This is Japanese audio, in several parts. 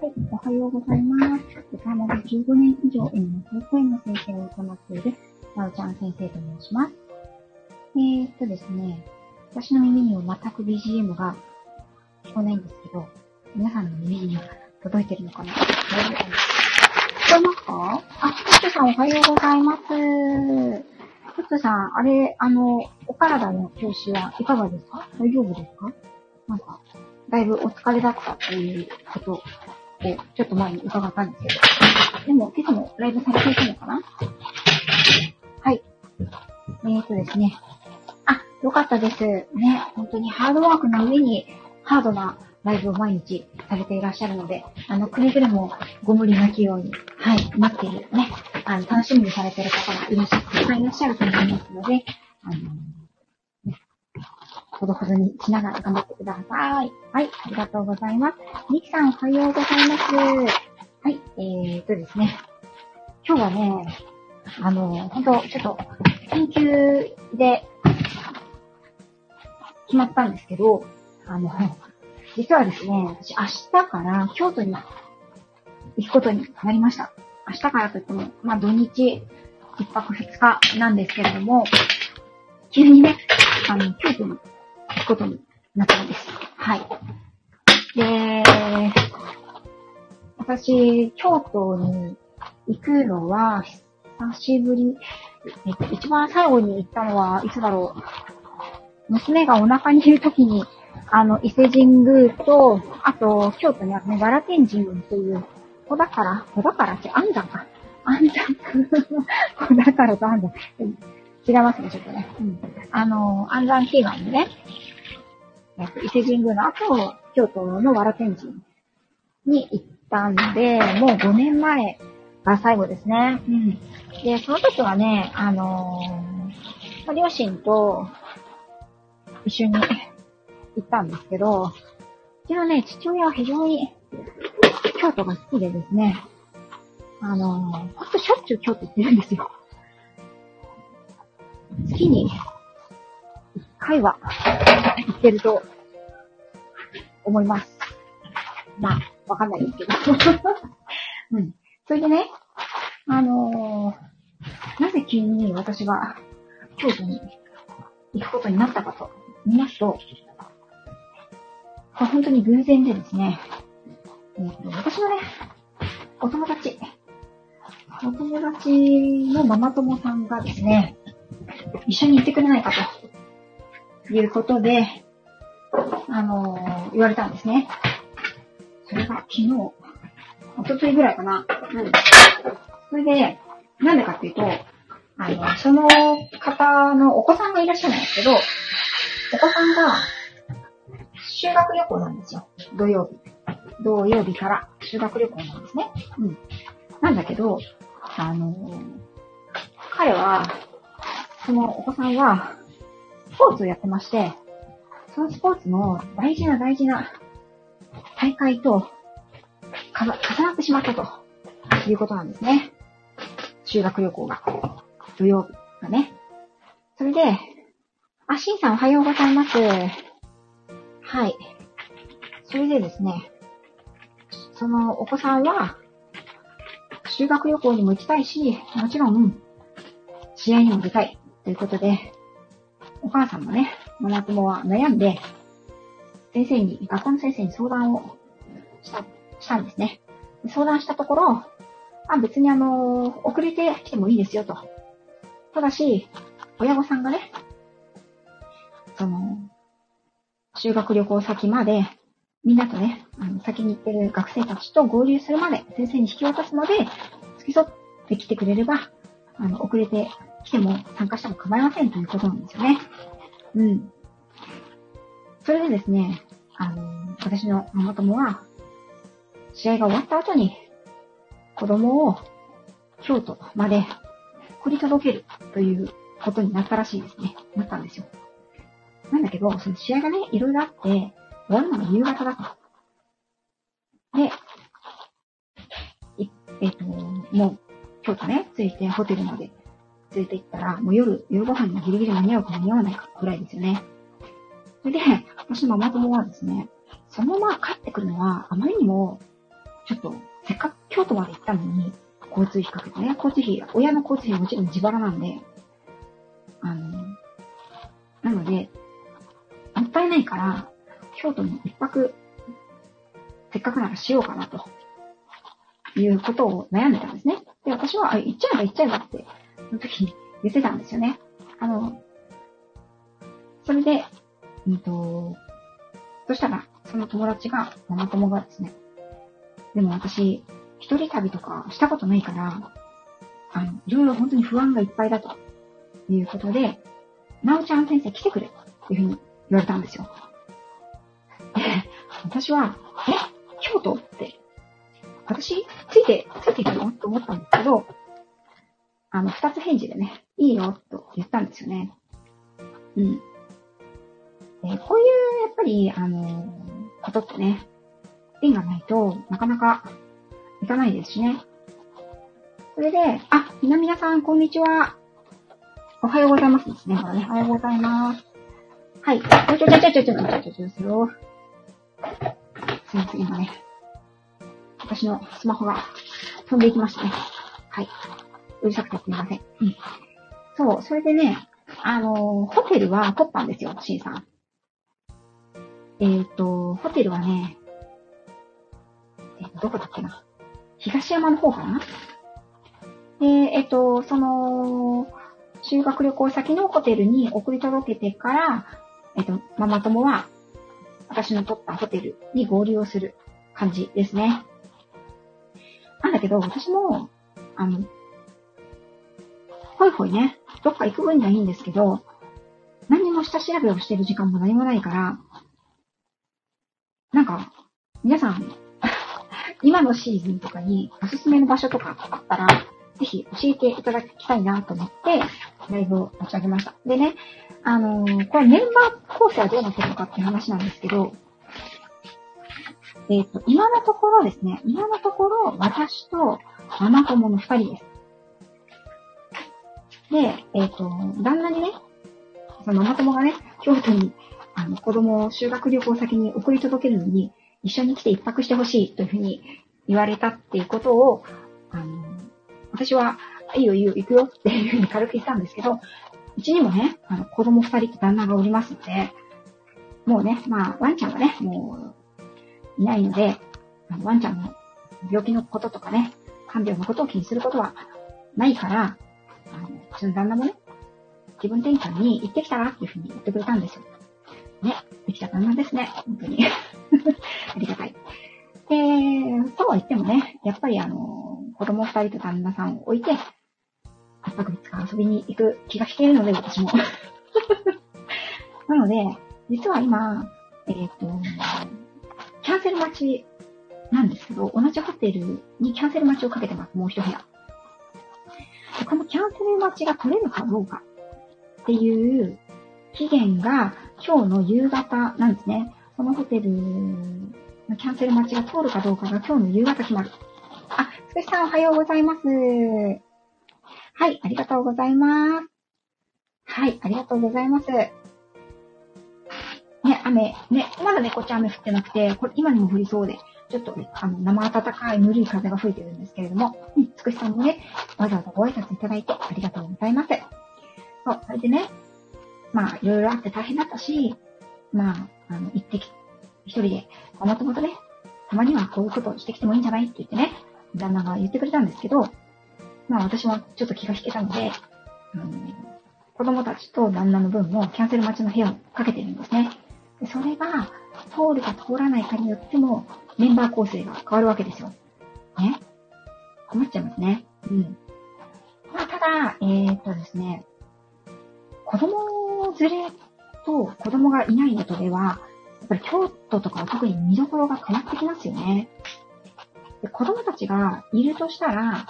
はい、おはようございます。歌山で15年以上園の保育園の先生を行っているなおちゃん先生と申します。ですね、私の耳には全く BGM が聞こえないんですけど、皆さんの耳には届いてるのかな？大丈夫かな？聞こえますか？あ、ふっつさんおはようございます。ふっつさん、お体の調子はいかがですか？大丈夫ですか？なんか、だいぶお疲れだったということをちょっと前に伺ったんですけど。でも、今朝もライブされていたのかな？はい。ですね。あ、よかったです。ね、本当にハードワークの上にハードなライブを毎日されていらっしゃるので、くれぐれもご無理なきように、はい、待っているね、楽しみにされている方がいらっしゃると思いますので、ほどほどにしながら頑張ってください。はい、ありがとうございます。ミキさんおはようございます。はい、ですね。今日はね、ほんと、ちょっと、緊急で決まったんですけど、実はですね、私明日から京都に行くことになりました。明日からといっても、土日、1泊2日なんですけれども、急にね、京都に行くことになったんです。はい。で、私、京都に行くのは、久しぶり、一番最後に行ったのはいつだろう。娘がお腹にいるときに、伊勢神宮と、あと、京都にあるね、奈良天神宮という、小宝って安山か。安山。小宝と安山。違いますね、ちょっとね。安山祈願でね、伊勢神宮の後、京都の奈良天神に行ったんで、もう5年前が最後ですね。で、その時はね、両親と一緒に行ったんですけど、うちのね、父親は非常に京都が好きでですね、ほんとしょっちゅう京都行ってるんですよ。月に1回は行ってると思います。わかんないですけど。それでね、なぜ急に私が京都に行くことになったかと言いますと、本当に偶然でですね、私のね、お友達のママ友さんがですね、一緒に行ってくれないかということで、言われたんですね。それが昨日、一昨日ぐらいかな。それで、なんでかっていうと、その方のお子さんがいらっしゃるんですけど、お子さんが修学旅行なんですよ。土曜日から修学旅行なんですね。なんだけど、彼は、そのお子さんは、スポーツをやってまして、そのスポーツの大事な大会と重なってしまったということなんですね。修学旅行が。土曜日がね。それで、しんさんおはようございます。はい。それでですね、そのお子さんは、修学旅行にも行きたいし、もちろん、試合にも出たいということで、お母さんもね、ママ友は悩んで、学校の先生に相談をしたんですね。相談したところ、別に遅れてきてもいいですよと。ただし、親御さんがね、修学旅行先まで、みんなとね、先に行ってる学生たちと合流するまで、先生に引き渡すまで、付き添ってきてくれれば、遅れてきても参加しても構いませんということなんですよね。それでですね、私のママ友は、試合が終わった後に、子供を京都まで送り届けるということになったらしいですね。なったんですよ。なんだけど、その試合がね、いろいろあって、終わるのが夕方だと。で、もう、京都ね、着いてホテルまで連れて行ったら、もう夜ご飯にギリギリ間に合うか間に合わないかぐらいですよね。それで、私のママ友はですね、そのまま帰ってくるのはあまりにもちょっと、せっかく京都まで行ったのに、交通費かけてね、親の交通費もちろん自腹なんで、なので、もったいないから、京都に一泊、せっかくならしようかな、ということを悩んでたんですね。で、私は、行っちゃえばって、その時に言ってたんですよね。それで、そしたら、その友達が、ママ友がですね、でも私、一人旅とかしたことないから、いろいろ本当に不安がいっぱいだということで、なおちゃん先生来てくれっていうふうに言われたんですよ。で、私は、京都って、私、ついていくのと思ったんですけど、二つ返事でね、いいよと言ったんですよね。うん。こういう、やっぱり、ことってね、縁がないとなかなかいかないですしね。それで、皆さん、こんにちは。おはようございますですね。ほらね、おはようございます。はい。すよ。すいません、今ね。私のスマホが飛んでいきましたね。はい。うるさくてすみません。うん。そう、それでね、ホテルは取ったんですよ、C さん。ホテルはね、どこだっけな。東山の方かな。で、その、修学旅行先のホテルに送り届けてから、ママ友は、私の取ったホテルに合流をする感じですね。なんだけど、私も、ほいほいね、どっか行く分にはいいんですけど、何も下調べをしてる時間も何もないから、なんか、皆さん、今のシーズンとかにおすすめの場所とかあったら、ぜひ教えていただきたいなと思って、ライブを立ち上げました。でね、これメンバー構成はどうなってるのかっていう話なんですけど、今のところですね、私とママ友の2人です。で、旦那にね、そのママ友がね、京都に、子供を修学旅行先に送り届けるのに、一緒に来て一泊してほしいというふうに言われたっていうことを、私は、いいよ行くよっていうふうに軽く言ったんですけど、うちにもね、子供2人と旦那がおりますので、もうね、ワンちゃんがね、もう、いないので、ワンちゃんの病気のこととかね、看病のことを気にすることはないから、うちの旦那もね、気分転換に行ってきたらっていうふうに言ってくれたんですよ。ね、できた旦那ですね、本当に。ありがたい。そうは言ってもね、やっぱり子供2人と旦那さんを置いて、一泊二日遊びに行く気がしているので、私も。なので、実は今、キャンセル待ちなんですけど、同じホテルにキャンセル待ちをかけてます、もう一部屋。このキャンセル待ちが取れるかどうかっていう期限が今日の夕方なんですね。そのホテルのキャンセル待ちが通るかどうかが今日の夕方決まる。つくしさんおはようございます。はい、ありがとうございます。はい、ありがとうございます。ね、雨、ね、まだね、こっち雨降ってなくて、これ今にも降りそうで、ちょっとね、生暖かいぬるい風が吹いてるんですけれども、つくしさんもね、わざわざご挨拶いただいてありがとうございます。そう、それでね、いろいろあって大変だったし、行ってき、一人で、もともとね、たまにはこういうことをしてきてもいいんじゃないって言ってね、旦那が言ってくれたんですけど、私もちょっと気が引けたので、子供たちと旦那の分もキャンセル待ちの部屋をかけてるんですね。でそれが、通るか通らないかによっても、メンバー構成が変わるわけですよ。ね。困っちゃいますね。うん。ただ、ですね、子供連れと子供がいないのとでは、やっぱり京都とかは特に見どころが変わってきますよね。で子供たちがいるとしたら、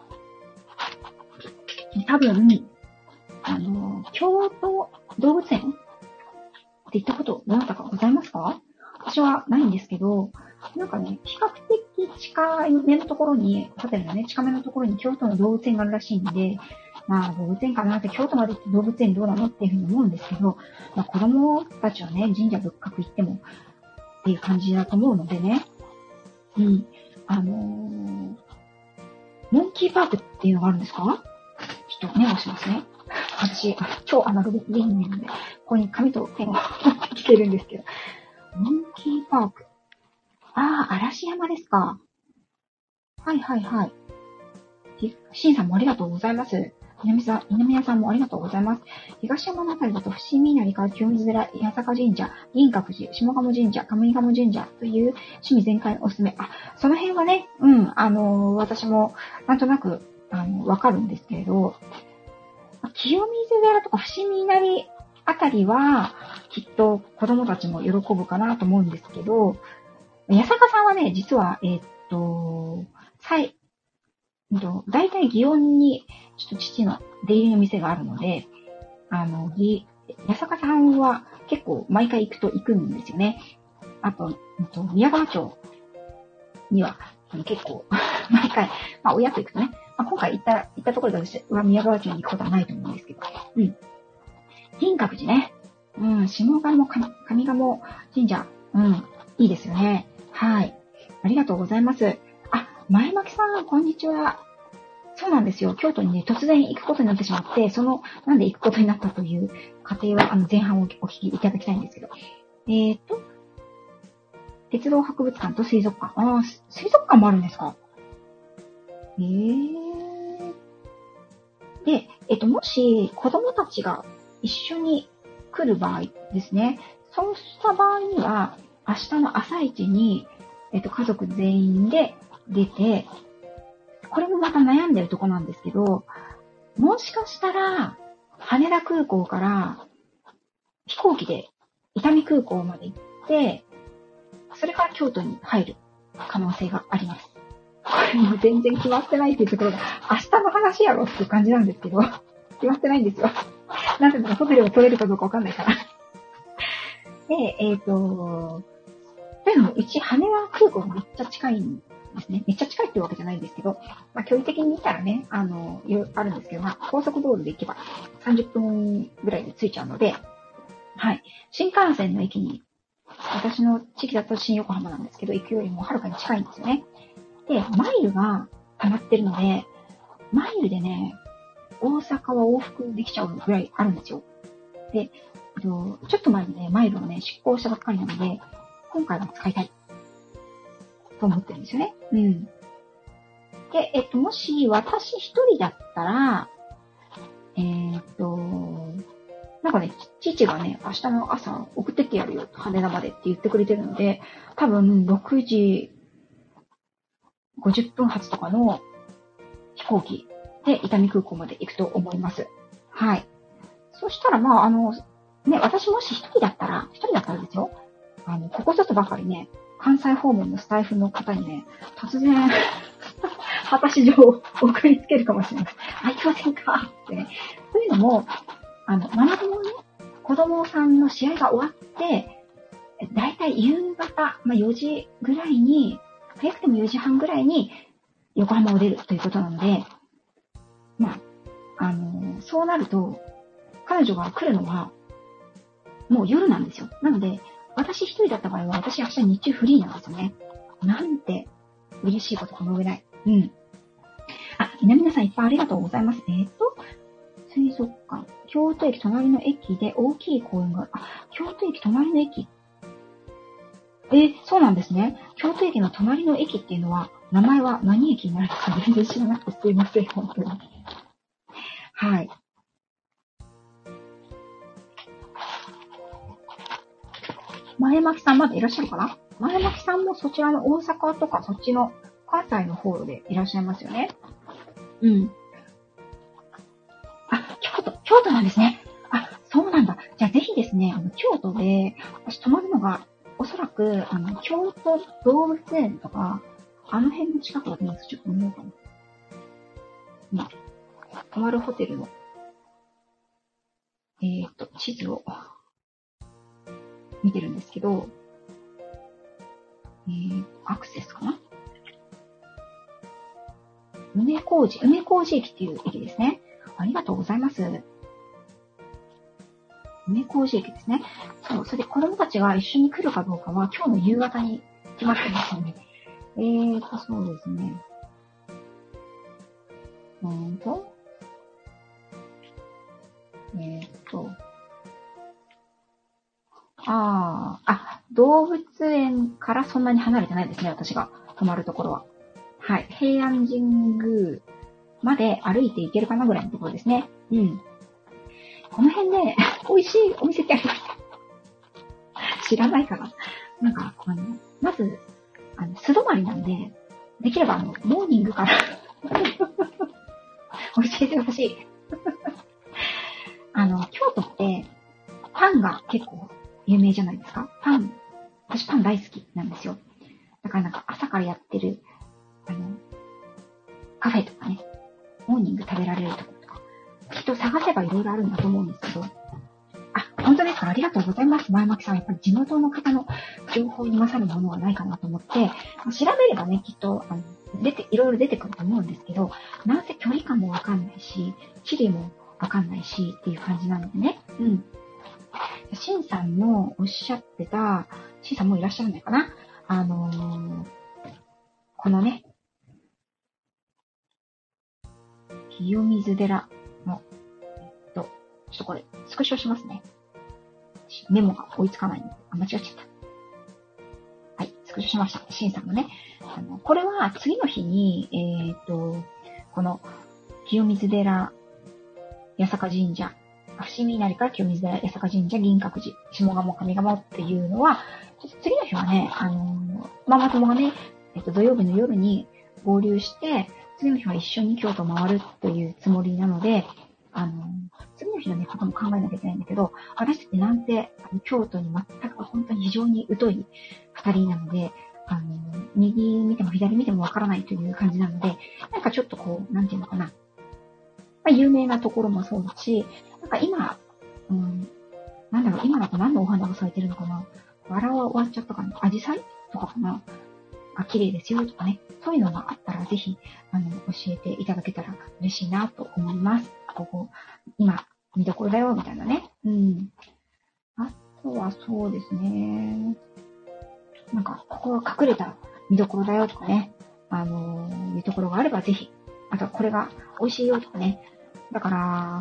多分、京都動物園って行ったことどなたかございますか？私はないんですけど、なんかね、比較的近めのところに、ホテルのね、近めのところに京都の動物園があるらしいんで、動物園かなって、京都まで行って動物園どうなのっていうふうに思うんですけど、子供たちはね、神社仏閣行ってもっていう感じだと思うのでね。うん。 モンキーパークっていうのがあるんですか？ちょっとメモしますね。私、超アナログゲームなので、ここに紙とペンを持ってきてるんですけど。モンキーパーク。嵐山ですか。はいはいはい。シンさんもありがとうございます。南谷さんもありがとうございます。東山のあたりだと、伏見稲荷から清水寺、八坂神社、銀閣寺、下鴨神社、上鴨神社という趣味全開のおすすめ。その辺はね、私もなんとなく、わかるんですけれど、清水寺とか伏見稲荷あたりは、きっと子供たちも喜ぶかなと思うんですけど、八坂さんはね、実は、大体祇園に、ちょっと父の出入りの店があるので、八坂さんは結構毎回行くんですよね。あと、宮川町には、結構、毎回、親と行くとね、今回行ったところで私は宮川町に行くことはないと思うんですけど、銀閣寺ね。下鴨上鴨神社。いいですよね。はい。ありがとうございます。前巻さん、こんにちは。そうなんですよ。京都にね、突然行くことになってしまって、なんで行くことになったという過程は、前半をお聞きいただきたいんですけど。鉄道博物館と水族館。水族館もあるんですか？で、もし、子供たちが一緒に来る場合ですね。そうした場合には、明日の朝一に、家族全員で出て、これもまた悩んでるとこなんですけど、もしかしたら、羽田空港から飛行機で伊丹空港まで行って、それから京都に入る可能性があります。これも全然決まってないっていうところが、明日の話やろっていう感じなんですけど、決まってないんですよ。なぜならホテルを取れるかどうかわかんないから。で、というのも、うち羽田空港がめっちゃ近いんですね。めっちゃ近いってわけじゃないんですけど、距離的に見たらね、いろいろあるんですけど、高速道路で行けば30分ぐらいで着いちゃうので、はい。新幹線の駅に、私の地域だと新横浜なんですけど、行くよりもはるかに近いんですよね。で、マイルが溜まってるので、マイルでね、大阪は往復できちゃうぐらいあるんですよ。で、ちょっと前にね、マイルをね、執行したばっかりなので、今回は使いたいと思ってるんですよね。で、もし私一人だったら、なんかね、父がね、明日の朝送ってってやるよ、羽田までって言ってくれてるので、多分6時50分発とかの飛行機で伊丹空港まで行くと思います。はい。そしたら私もし一人だったらですよ。ここちょっとばかりね、関西方面のスタイフの方にね、突然、果たし状を送りつけるかもしれない。行きませんかってね。というのも、学びのね、子供さんの試合が終わって、だいたい夕方、4時ぐらいに、早くても4時半ぐらいに横浜を出るということなので、そうなると、彼女が来るのは、もう夜なんですよ。なので、私一人だった場合は、私明日日中フリーなんですよね。なんて、嬉しいことこの上ない。皆さんいっぱいありがとうございます。水族館。京都駅隣の駅で大きい公園がある。京都駅隣の駅。そうなんですね。京都駅の隣の駅っていうのは、名前は何駅になるのか全然知らなくてすいません、本当に。はい。前巻さんまだいらっしゃるかな？前巻さんもそちらの大阪とかそっちの関西の方でいらっしゃいますよね。京都なんですね。そうなんだ。じゃあぜひですね、京都で、私泊まるのが、おそらく、京都動物園とか、あの辺の近くだと思うんです。ちょっと見ようかな。泊まるホテルの、地図を見てるんですけど、アクセスかな？梅小路駅っていう駅ですね。ありがとうございます。梅小路駅ですね。そう、それで子供たちが一緒に来るかどうかは今日の夕方に決まってますので、 そうですね。動物園からそんなに離れてないですね、私が泊まるところは。はい。平安神宮まで歩いて行けるかなぐらいのところですね。うん。この辺で美味しいお店ってありますか？知らないかな。なんか、まず、素泊まりなんで、できればモーニングから教えてほしい。京都って、パンが結構有名じゃないですか。私パン大好きなんですよ。だからなんか朝からやってる、カフェとかね、モーニング食べられるところとか、きっと探せばいろいろあるんだと思うんですけど、本当ですか？ありがとうございます。前巻さん。やっぱり地元の方の情報に勝るものはないかなと思って、調べればね、きっと、いろいろ出てくると思うんですけど、なんせ距離感もわかんないし、地理もわかんないし、っていう感じなのでね。うん。シンさんのおっしゃってた、シンさんもいらっしゃるのかな？このね、清水寺の、ちょっとこれ、スクショしますね。メモが追いつかないので、間違っちゃった。はい、スクショしました。シンさんのね。これは次の日に、この、清水寺、八坂神社、伏見稲荷から清水寺、八坂神社、銀閣寺、下鴨、上鴨っていうのは、次の日はね、ママ友がね、土曜日の夜に合流して、次の日は一緒に京都を回るというつもりなので、次の日のね、ことも考えなきゃいけないんだけど、私たちなんて、京都に全く本当に非常に疎い二人なので、右見ても左見てもわからないという感じなので、なんかちょっとこう、なんていうのかな。有名なところもそうだし、なんか今、今だと何のお花が咲いてるのかな？バラは終わっちゃったかな？アジサイとかかな？綺麗ですよとかね。そういうのがあったらぜひ、教えていただけたら嬉しいなと思います。ここ、今、見どころだよ、みたいなね。うん。あとはそうですね。なんか、ここは隠れた見どころだよとかね。いうところがあればぜひ。あとはこれが美味しいよとかね。だから、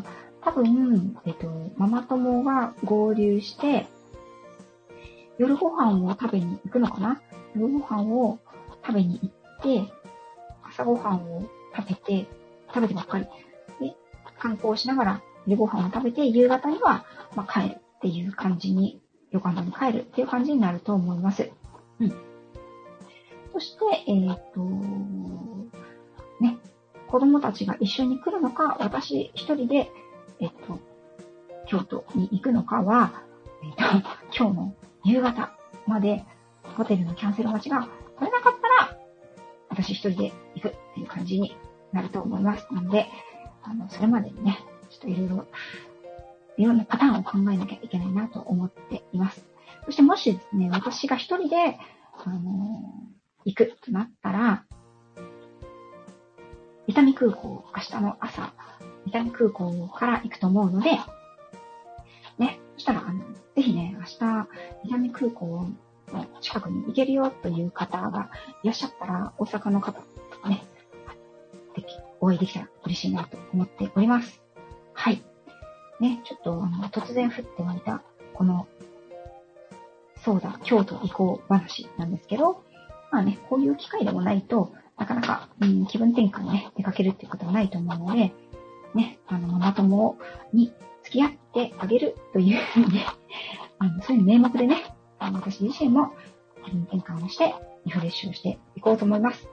多分、ママ友が合流して、夜ご飯を食べに行くのかな？夜ご飯を食べに行って、朝ご飯を食べてばっかり。で、観光しながら夜ご飯を食べて、夕方には、帰るっていう感じに、旅館に帰るっていう感じになると思います。うん。そして、ね、子供たちが一緒に来るのか、私一人で、京都に行くのかは、今日の夕方までホテルのキャンセル待ちが取れなかったら、私一人で行くっていう感じになると思います。なので、それまでにね、ちょっといろんなパターンを考えなきゃいけないなと思っています。そしてもしですね、私が一人で、行くとなったら、伊丹空港、明日の朝、伊丹空港から行くと思うので、ね、そしたら、ぜひね、明日、伊丹空港の近くに行けるよという方がいらっしゃったら、大阪の方とね、お会いできたら嬉しいなと思っております。はい。ね、ちょっと突然降って湧いた、この、そうだ、京都移行話なんですけど、まあね、こういう機会でもないと、なかなか、気分転換にね、出かけるっていうことはないと思うので、ね、ママ友に付き合ってあげるというふうにね、そういう名目でね、私自身も気分転換をして、リフレッシュをしていこうと思います。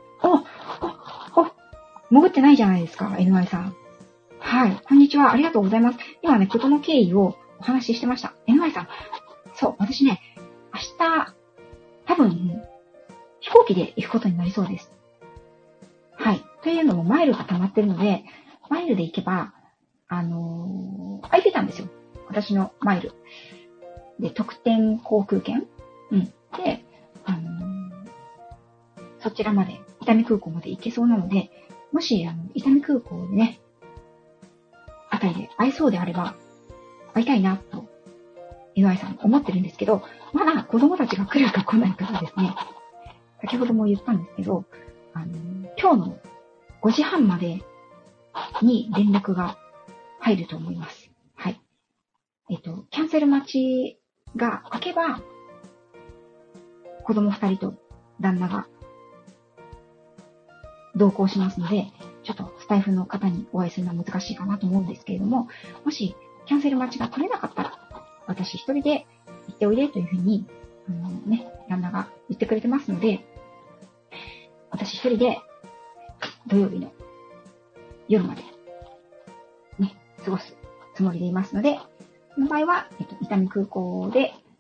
潜ってないじゃないですか、NY さん。はい、こんにちは、ありがとうございます。今ね、ことの経緯をお話ししてました。NY さん、そう、私ね、明日、多分、飛行機で行くことになりそうです。はい。というのも、マイルが溜まってるので、マイルで行けば、空いてたんですよ。私のマイル。で、特典航空券で、そちらまで、伊丹空港まで行けそうなので、もし、伊丹空港でね、あたりで会えそうであれば、会いたいな、と、NY さん思ってるんですけど、まだ子供たちが来るか来ないかがですね、 先ほども言ったんですけど、今日の5時半までに連絡が入ると思います。はい。キャンセル待ちが開けば、子供2人と旦那が同行しますので、ちょっとスタイフの方にお会いするのは難しいかなと思うんですけれども、もしキャンセル待ちが取れなかったら、私一人で行っておいでというふうに、旦那が言ってくれてますので、私一人で土曜日の夜までね、過ごすつもりでいますので、その場合は、伊丹空港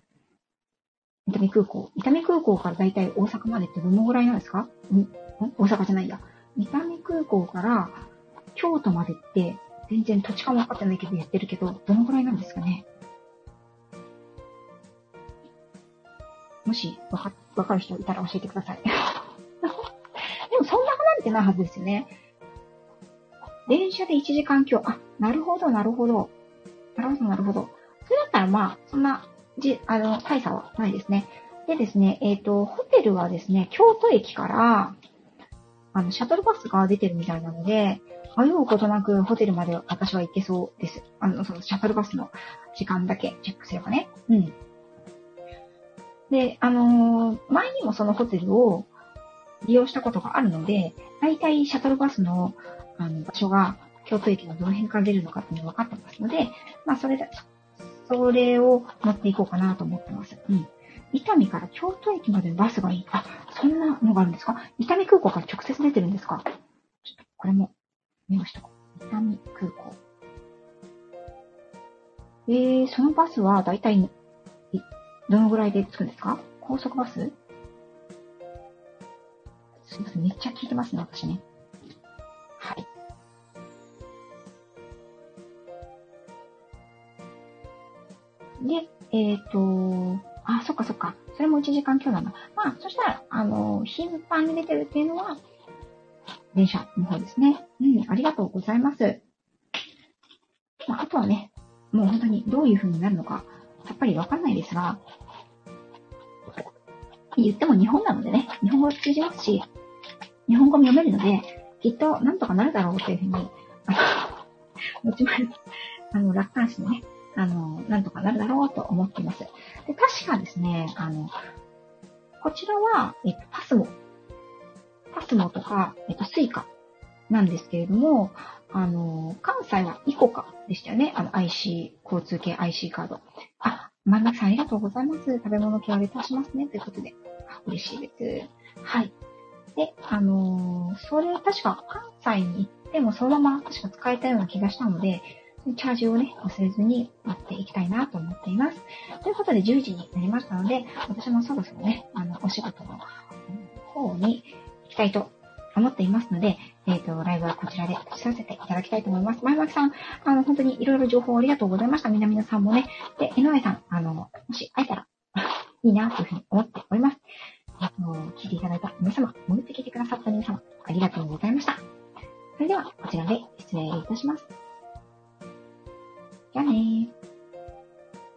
からだいたい大阪までってどのぐらいなんですか？大阪じゃないや。伊丹空港から京都までって全然土地勘も分かってないけどやってるけど、どのぐらいなんですかね？もし分かる人いたら教えてください。でもそんな離れてないはずですよね。電車で1時間強。なるほど。なるほど。それだったらまあ、そんな、大差はないですね。でですね、ホテルはですね、京都駅から、シャトルバスが出てるみたいなので、迷うことなくホテルまで私は行けそうです。そのシャトルバスの時間だけチェックすればね。うん。で、前にもそのホテルを利用したことがあるので、大体シャトルバスの、場所が京都駅のどの辺から出るのかっていうのが分かってますので、まあ、それを持っていこうかなと思ってます。うん。伊丹から京都駅までのバスがいい。そんなのがあるんですか？伊丹空港から直接出てるんですか？ちょっと、これも、メモしとこう。伊丹空港。そのバスはだいたい、どのぐらいで着くんですか？高速バス？すいません、めっちゃ聞いてますね、私ね。はい。で、そっか。それも1時間強なんだ。まあ、そしたら、頻繁に出てるっていうのは、電車の方ですね。ありがとうございます。まあ、あとはね、もう本当にどういう風になるのか、さっぱりわかんないですが、言っても日本なのでね、日本語通じますし、日本語も読めるので、きっとなんとかなるだろうというふうに、持ち前の、楽観視でね、なんとかなるだろうと思っています。で、確かですね、こちらは、パスモとか、スイカなんですけれども、関西はイコカでしたよね。IC、交通系 IC カード。真ん中さんありがとうございます。食べ物系をレターしますね。ということで。嬉しいです。はい。で、それ確か関西に行ってもそのまま確か使えたような気がしたので、チャージをね、忘れずに待っていきたいなと思っています。ということで10時になりましたので、私もそろそろね、お仕事の方に行きたいと思っていますので、ライブはこちらで閉じさせていただきたいと思います。前巻さん、本当にいろいろ情報ありがとうございました。皆さんもね。で、井上さん、もし会えたらいいなというふうに思っております。聞いていただいた皆様、潜って聞いてくださった皆様、ありがとうございました。それでは、こちらで失礼いたします。じゃあねー。